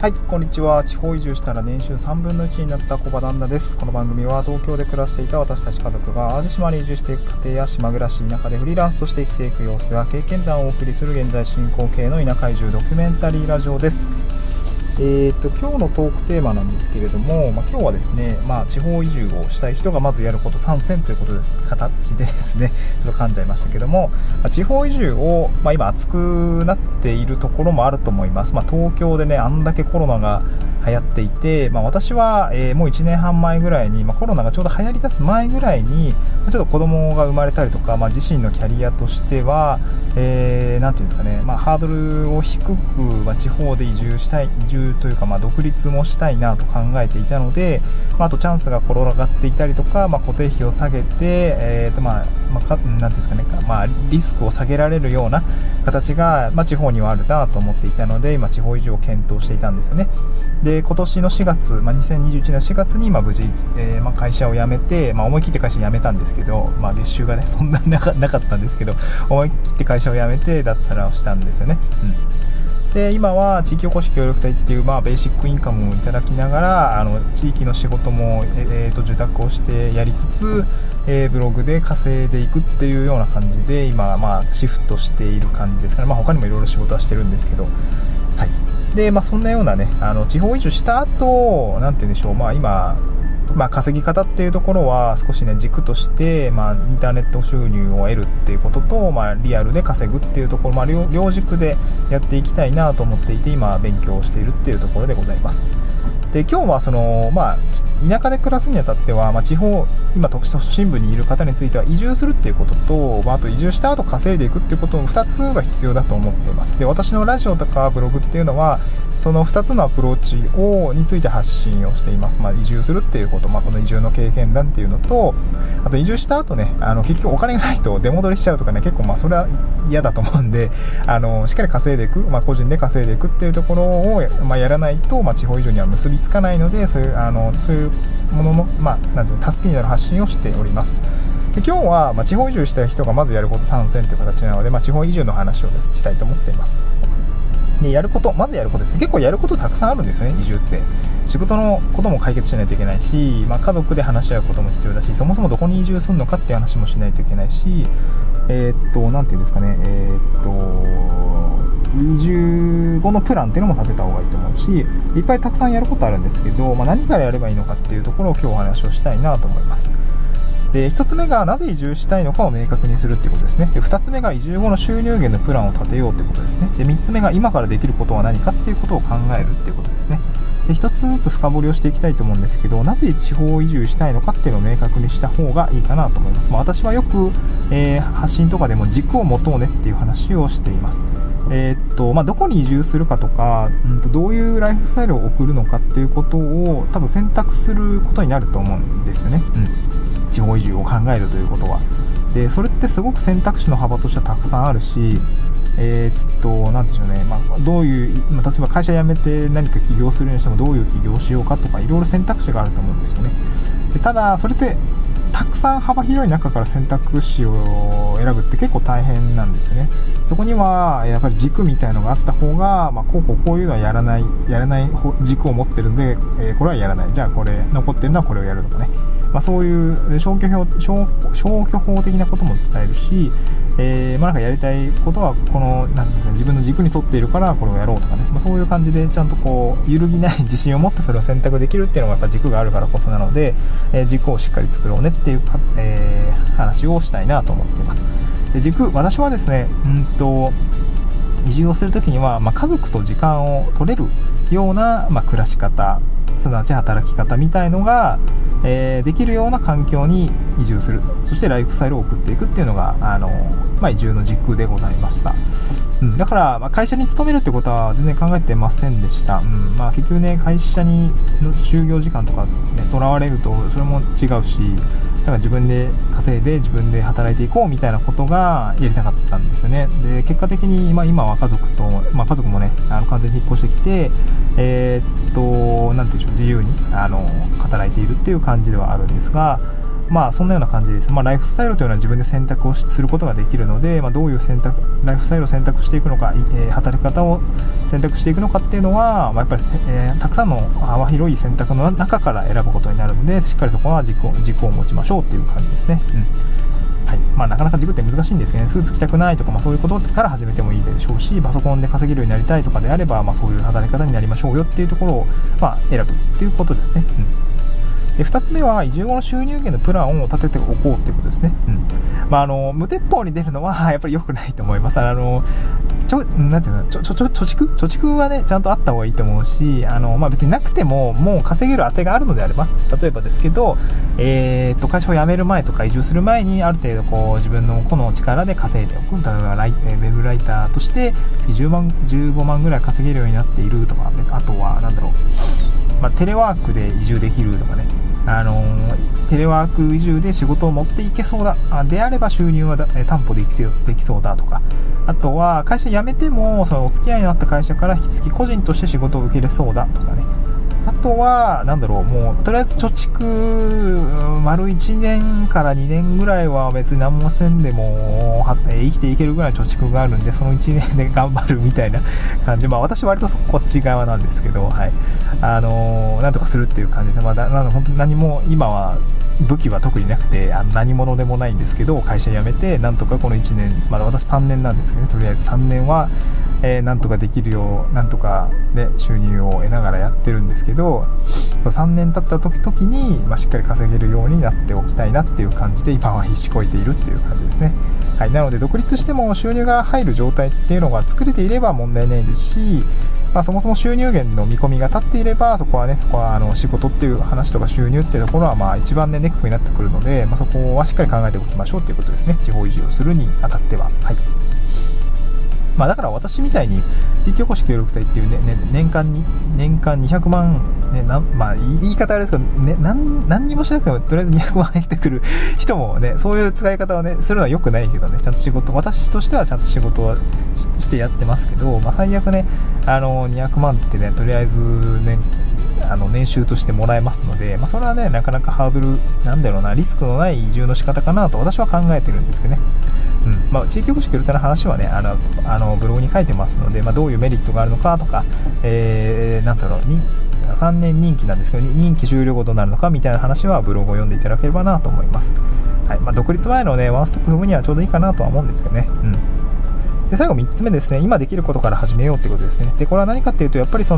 はい、こんにちは。地方移住したら年収3分の1になった小場旦那です。この番組は東京で暮らしていた私たち家族が淡路島に移住していく過程や島暮らし、田舎でフリーランスとして生きていく様子や経験談をお送りする現在進行形の田舎移住ドキュメンタリーラジオです。今日のトークテーマなんですけれども、今日はですね、地方移住をしたい人がまずやること3選ということで形でですね、ちょっと噛んじゃいましたけども、地方移住を、今熱くなっているところもあると思います。東京でね、あんだけコロナが流行っていて、私は、もう1年半前ぐらいに、コロナがちょうど流行り出す前ぐらいにちょっと子供が生まれたりとか、自身のキャリアとしては、なんていうんですかね、ハードルを低く、地方で移住というか、独立もしたいなと考えていたので、あとチャンスが転がっていたりとか、固定費を下げて、なんていうんですかね、リスクを下げられるような形が、地方にはあるなと思っていたので、今地方移住を検討していたんですよね。で、今年の4月、2021年の4月に無事、会社を辞めて、思い切って会社辞めたんですけど、月収がねそんなになかったんですけど、思い切って会社を辞めて脱サラをしたんですよね。で、今は地域おこし協力隊っていう、ベーシックインカムをいただきながら、地域の仕事も、受託をしてやりつつ、ブログで稼いでいくっていうような感じで今、シフトしている感じですから、他にもいろいろ仕事はしてるんですけど、はい。で、そんなようなね、地方移住した後、なんて言うんでしょう、今、稼ぎ方っていうところは少しね軸として、インターネット収入を得るっていうことと、リアルで稼ぐっていうところ、両軸でやっていきたいなと思っていて、今勉強をしているっていうところでございます。で、今日は田舎で暮らすにあたっては、地方、今都心部にいる方については移住するっていうことと、あと移住した後稼いでいくっていうことの2つが必要だと思っています。で、私のラジオとかブログっていうのはその2つのアプローチについて発信をしています。移住するっていうこと、この移住の経験談っていうのと、あと移住した後ね、結局お金がないと出戻りしちゃうとかね、結構それは嫌だと思うんで、しっかり稼いでいく、個人で稼いでいくっていうところを、やらないと、地方移住には結びつかないので、そういうものの、なんていうの、助けになる発信をしております。で、今日は、地方移住したい人がまずやること3選という形なので、地方移住の話を、したいと思っています。で、まずやることですね。結構やることたくさんあるんですよね、移住って。仕事のことも解決しないといけないし、家族で話し合うことも必要だし、そもそもどこに移住するのかっていう話もしないといけないし、なんていうんですかね、移住後のプランっていうのも立てた方がいいと思うし、いっぱいたくさんやることあるんですけど、何からやればいいのかっていうところを今日お話をしたいなと思います。で、1つ目がなぜ移住したいのかを明確にするってことですね。で、2つ目が移住後の収入源のプランを立てようってことですね。で、3つ目が今からできることは何かっていうことを考えるってことですね。で、1つずつ深掘りをしていきたいと思うんですけど、なぜ地方移住したいのかっていうのを明確にした方がいいかなと思います。私はよく、発信とかでも軸を持とうねっていう話をしています。どこに移住するかとか、どういうライフスタイルを送るのかっていうことを多分選択することになると思うんですよね。地方移住を考えるということは。で、それってすごく選択肢の幅としてはたくさんあるし、なんでしょうね、どういう、例えば会社辞めて何か起業するにしてもどういう起業をしようかとか、いろいろ選択肢があると思うんですよね。で、ただそれってたくさん幅広い中から選択肢を選ぶって結構大変なんですよね。そこにはやっぱり軸みたいのがあった方が、こういうのはやらない軸を持ってるんで、これはやらない、じゃあこれ残ってるのはこれをやるとかね、そういう消去法的なことも使えるし、なんかやりたいことはこの自分の軸に沿っているからこれをやろうとかね、そういう感じでちゃんと揺るぎない自信を持ってそれを選択できるっていうのがやっぱ軸があるからこそなので、軸をしっかり作ろうねっていう話をしたいなと思っています。で、私はですね、移住をするときには、家族と時間を取れるような、暮らし方、すなわち働き方みたいのが、できるような環境に移住する、そしてライフスタイルを送っていくっていうのが移住の軸でございました。だから、会社に勤めるってことは全然考えてませんでした。結局ね、会社の就業時間とかね、とらわれるとそれも違うし、だから自分で稼いで自分で働いていこうみたいなことがやりたかったんですよね。で、結果的に今は家族もね、完全に引っ越してきて、なんていうんでしょう、自由に働いているっていう感じではあるんですが、 そんなような感じです。ライフスタイルというのは自分で選択をすることができるので、どういうライフスタイルを選択していくのか、働き方を選択していくのかっていうのは、やっぱり、たくさんの幅広い選択の中から選ぶことになるので、しっかりそこは軸を持ちましょうっていう感じですね。はい。なかなか軸って難しいんですけどね、スーツ着たくないとか、そういうことから始めてもいいでしょうし、パソコンで稼げるようになりたいとかであれば、そういう働き方になりましょうよっていうところを、選ぶっていうことですね。で2つ目は移住後の収入源のプランを立てておこうということですね。無鉄砲に出るのはやっぱり良くないと思います。なんていうの、貯蓄はねちゃんとあった方がいいと思うし、別になくてももう稼げる当てがあるのであれば、例えばですけど、会社を辞める前とか移住する前にある程度自分の個の力で稼いでおく。例えばウェブライターとして月15万ぐらい稼げるようになっているとか、あとはテレワークで移住できるとかね、テレワーク移住で仕事を持っていけそうだであれば収入は担保できそうだとか、あとは会社辞めてもそのお付き合いになった会社から引き続き個人として仕事を受けれそうだとかね、あとはもうとりあえず貯蓄丸1年から2年ぐらいは別に何もせんでも生きていけるぐらい貯蓄があるんで、その1年で頑張るみたいな感じ。私割とこっち側なんですけど、はい、なんとかするっていう感じで、本当に何も今は武器は特になくて何者でもないんですけど、会社辞めてなんとかこの1年、私3年なんですけどね、とりあえず3年はなんとかできるようなんとかね収入を得ながらやってるんですけど、3年経った時に、しっかり稼げるようになっておきたいなっていう感じで今は必死こいているっていう感じですね。はい、なので独立しても収入が入る状態っていうのが作れていれば問題ないですし、そもそも収入源の見込みが立っていれば、そこは仕事っていう話とか収入っていうところは一番ネックになってくるので、そこはしっかり考えておきましょうということですね。地方移住をするにあたっては。はい。だから私みたいに地域おこし協力隊っていう、年間200万、言い方あれですけど、何にもしなくてもとりあえず200万入ってくる人もね、そういう使い方をするのは良くないけどね、ちゃんと私としてはちゃんと仕事をしてやってますけど、最悪ね、200万ってね、とりあえずね、年収としてもらえますので、それはね、なかなかハードル、リスクのない移住の仕方かなと私は考えてるんですけどね。地域おこし協力隊の話はね、ブログに書いてますので、どういうメリットがあるのかとか、3年任期なんですけど、任期終了後どうなるのかみたいな話はブログを読んでいただければなと思います。はい。独立前のね、ワンステップ踏むにはちょうどいいかなとは思うんですけどね。で、最後3つ目ですね、今できることから始めようってことですね。で、これは何かっていうと、やっぱり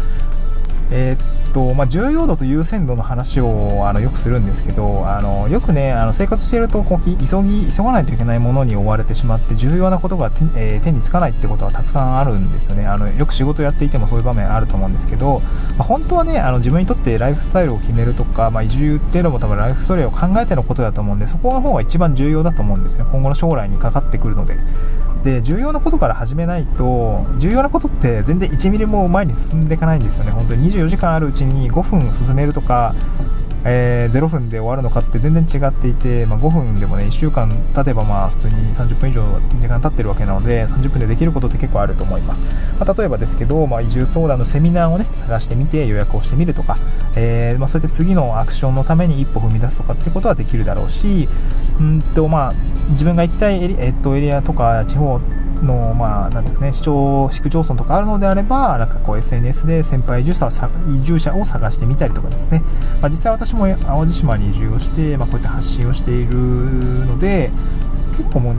重要度と優先度の話をよくするんですけど、よくね生活していると急がないといけないものに追われてしまって重要なことが手につかないってことはたくさんあるんですよね。よく仕事やっていてもそういう場面あると思うんですけど、本当はね自分にとってライフスタイルを決めるとか、移住っていうのも多分ライフストーリーを考えてのことだと思うんで、そこの方が一番重要だと思うんですね。今後の将来にかかってくるので。で、重要なことから始めないと、重要なことって全然1ミリも前に進んでいかないんですよね。本当に24時間あるうちに5分進めるとか、0分で終わるのかって全然違っていて、5分でもね1週間経てば普通に30分以上時間経ってるわけなので、30分でできることって結構あると思います。例えばですけど、移住相談のセミナーをね探してみて予約をしてみるとか、そうやって次のアクションのために一歩踏み出すとかっていうことはできるだろうし、自分が行きたいエリアとか地方のなんていうかね、市区町村とかあるのであれば、SNS で先輩移住者を探してみたりとかですね。実際私も淡路島に移住をして、こうやって発信をしているので、結構もう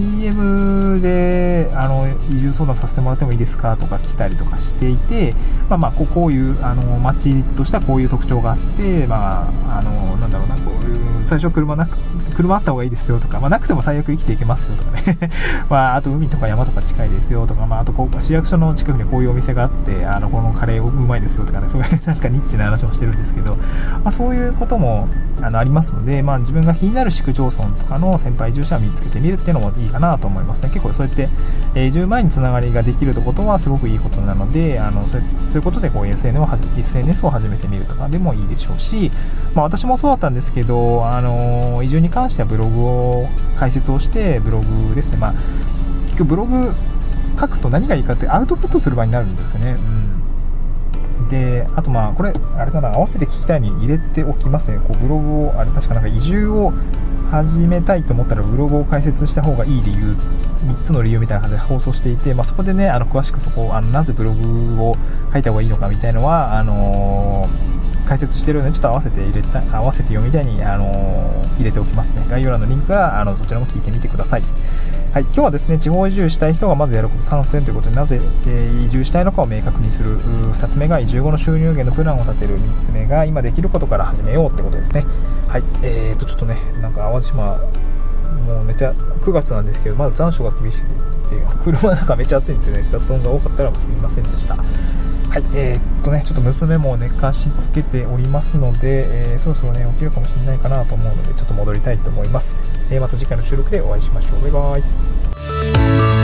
DM で移住相談させてもらってもいいですかとか来たりとかしていて、こういう町としてはこういう特徴があって、こういう最初車あった方がいいですよとか、なくても最悪生きていけますよとかねあと海とか山とか近いですよとか、あと市役所の近くにこういうお店があって、このカレーうまいですよとかね、そういうニッチな話もしてるんですけど、そういうこともありますので、自分が気になる市区町村とかの先輩移住者を見つけてみるっていうのもいいかなと思いますね。結構そうやって移住前につながりができることはすごくいいことなので、そういうことでSNS を始めてみるとかでもいいでしょうし、私もそうだったんですけど、移住に関してはブログを開設をして、ブログですね、結局ブログ書くと何がいいかってアウトプットする場になるんですよね。 で、あとこれあれだな、合わせて聞きたいに入れておきますね。こうブログを確か移住を始めたいと思ったらブログを開設した方がいい理由、3つの理由みたいな感じで放送していて、そこでね、詳しくそこなぜブログを書いた方がいいのかみたいのは解説してるので、ちょっと合わせて読みたいに入れておきますね。概要欄のリンクからそちらも聞いてみてください。はい、今日はですね、地方移住したい人がまずやること3選ということで、なぜ、移住したいのかを明確にする。2つ目が移住後の収入源のプランを立てる。3つ目が今できることから始めようってことですね。はい、ちょっとね、淡路島もうめちゃ9月なんですけど、まだ残暑が厳しくて、車の中めっちゃ暑いんですよね。雑音が多かったらすみませんでした。はい、ちょっと娘も寝かしつけておりますので、そろそろね起きるかもしれないかなと思うので、ちょっと戻りたいと思います。また次回の収録でお会いしましょう。バイバイ。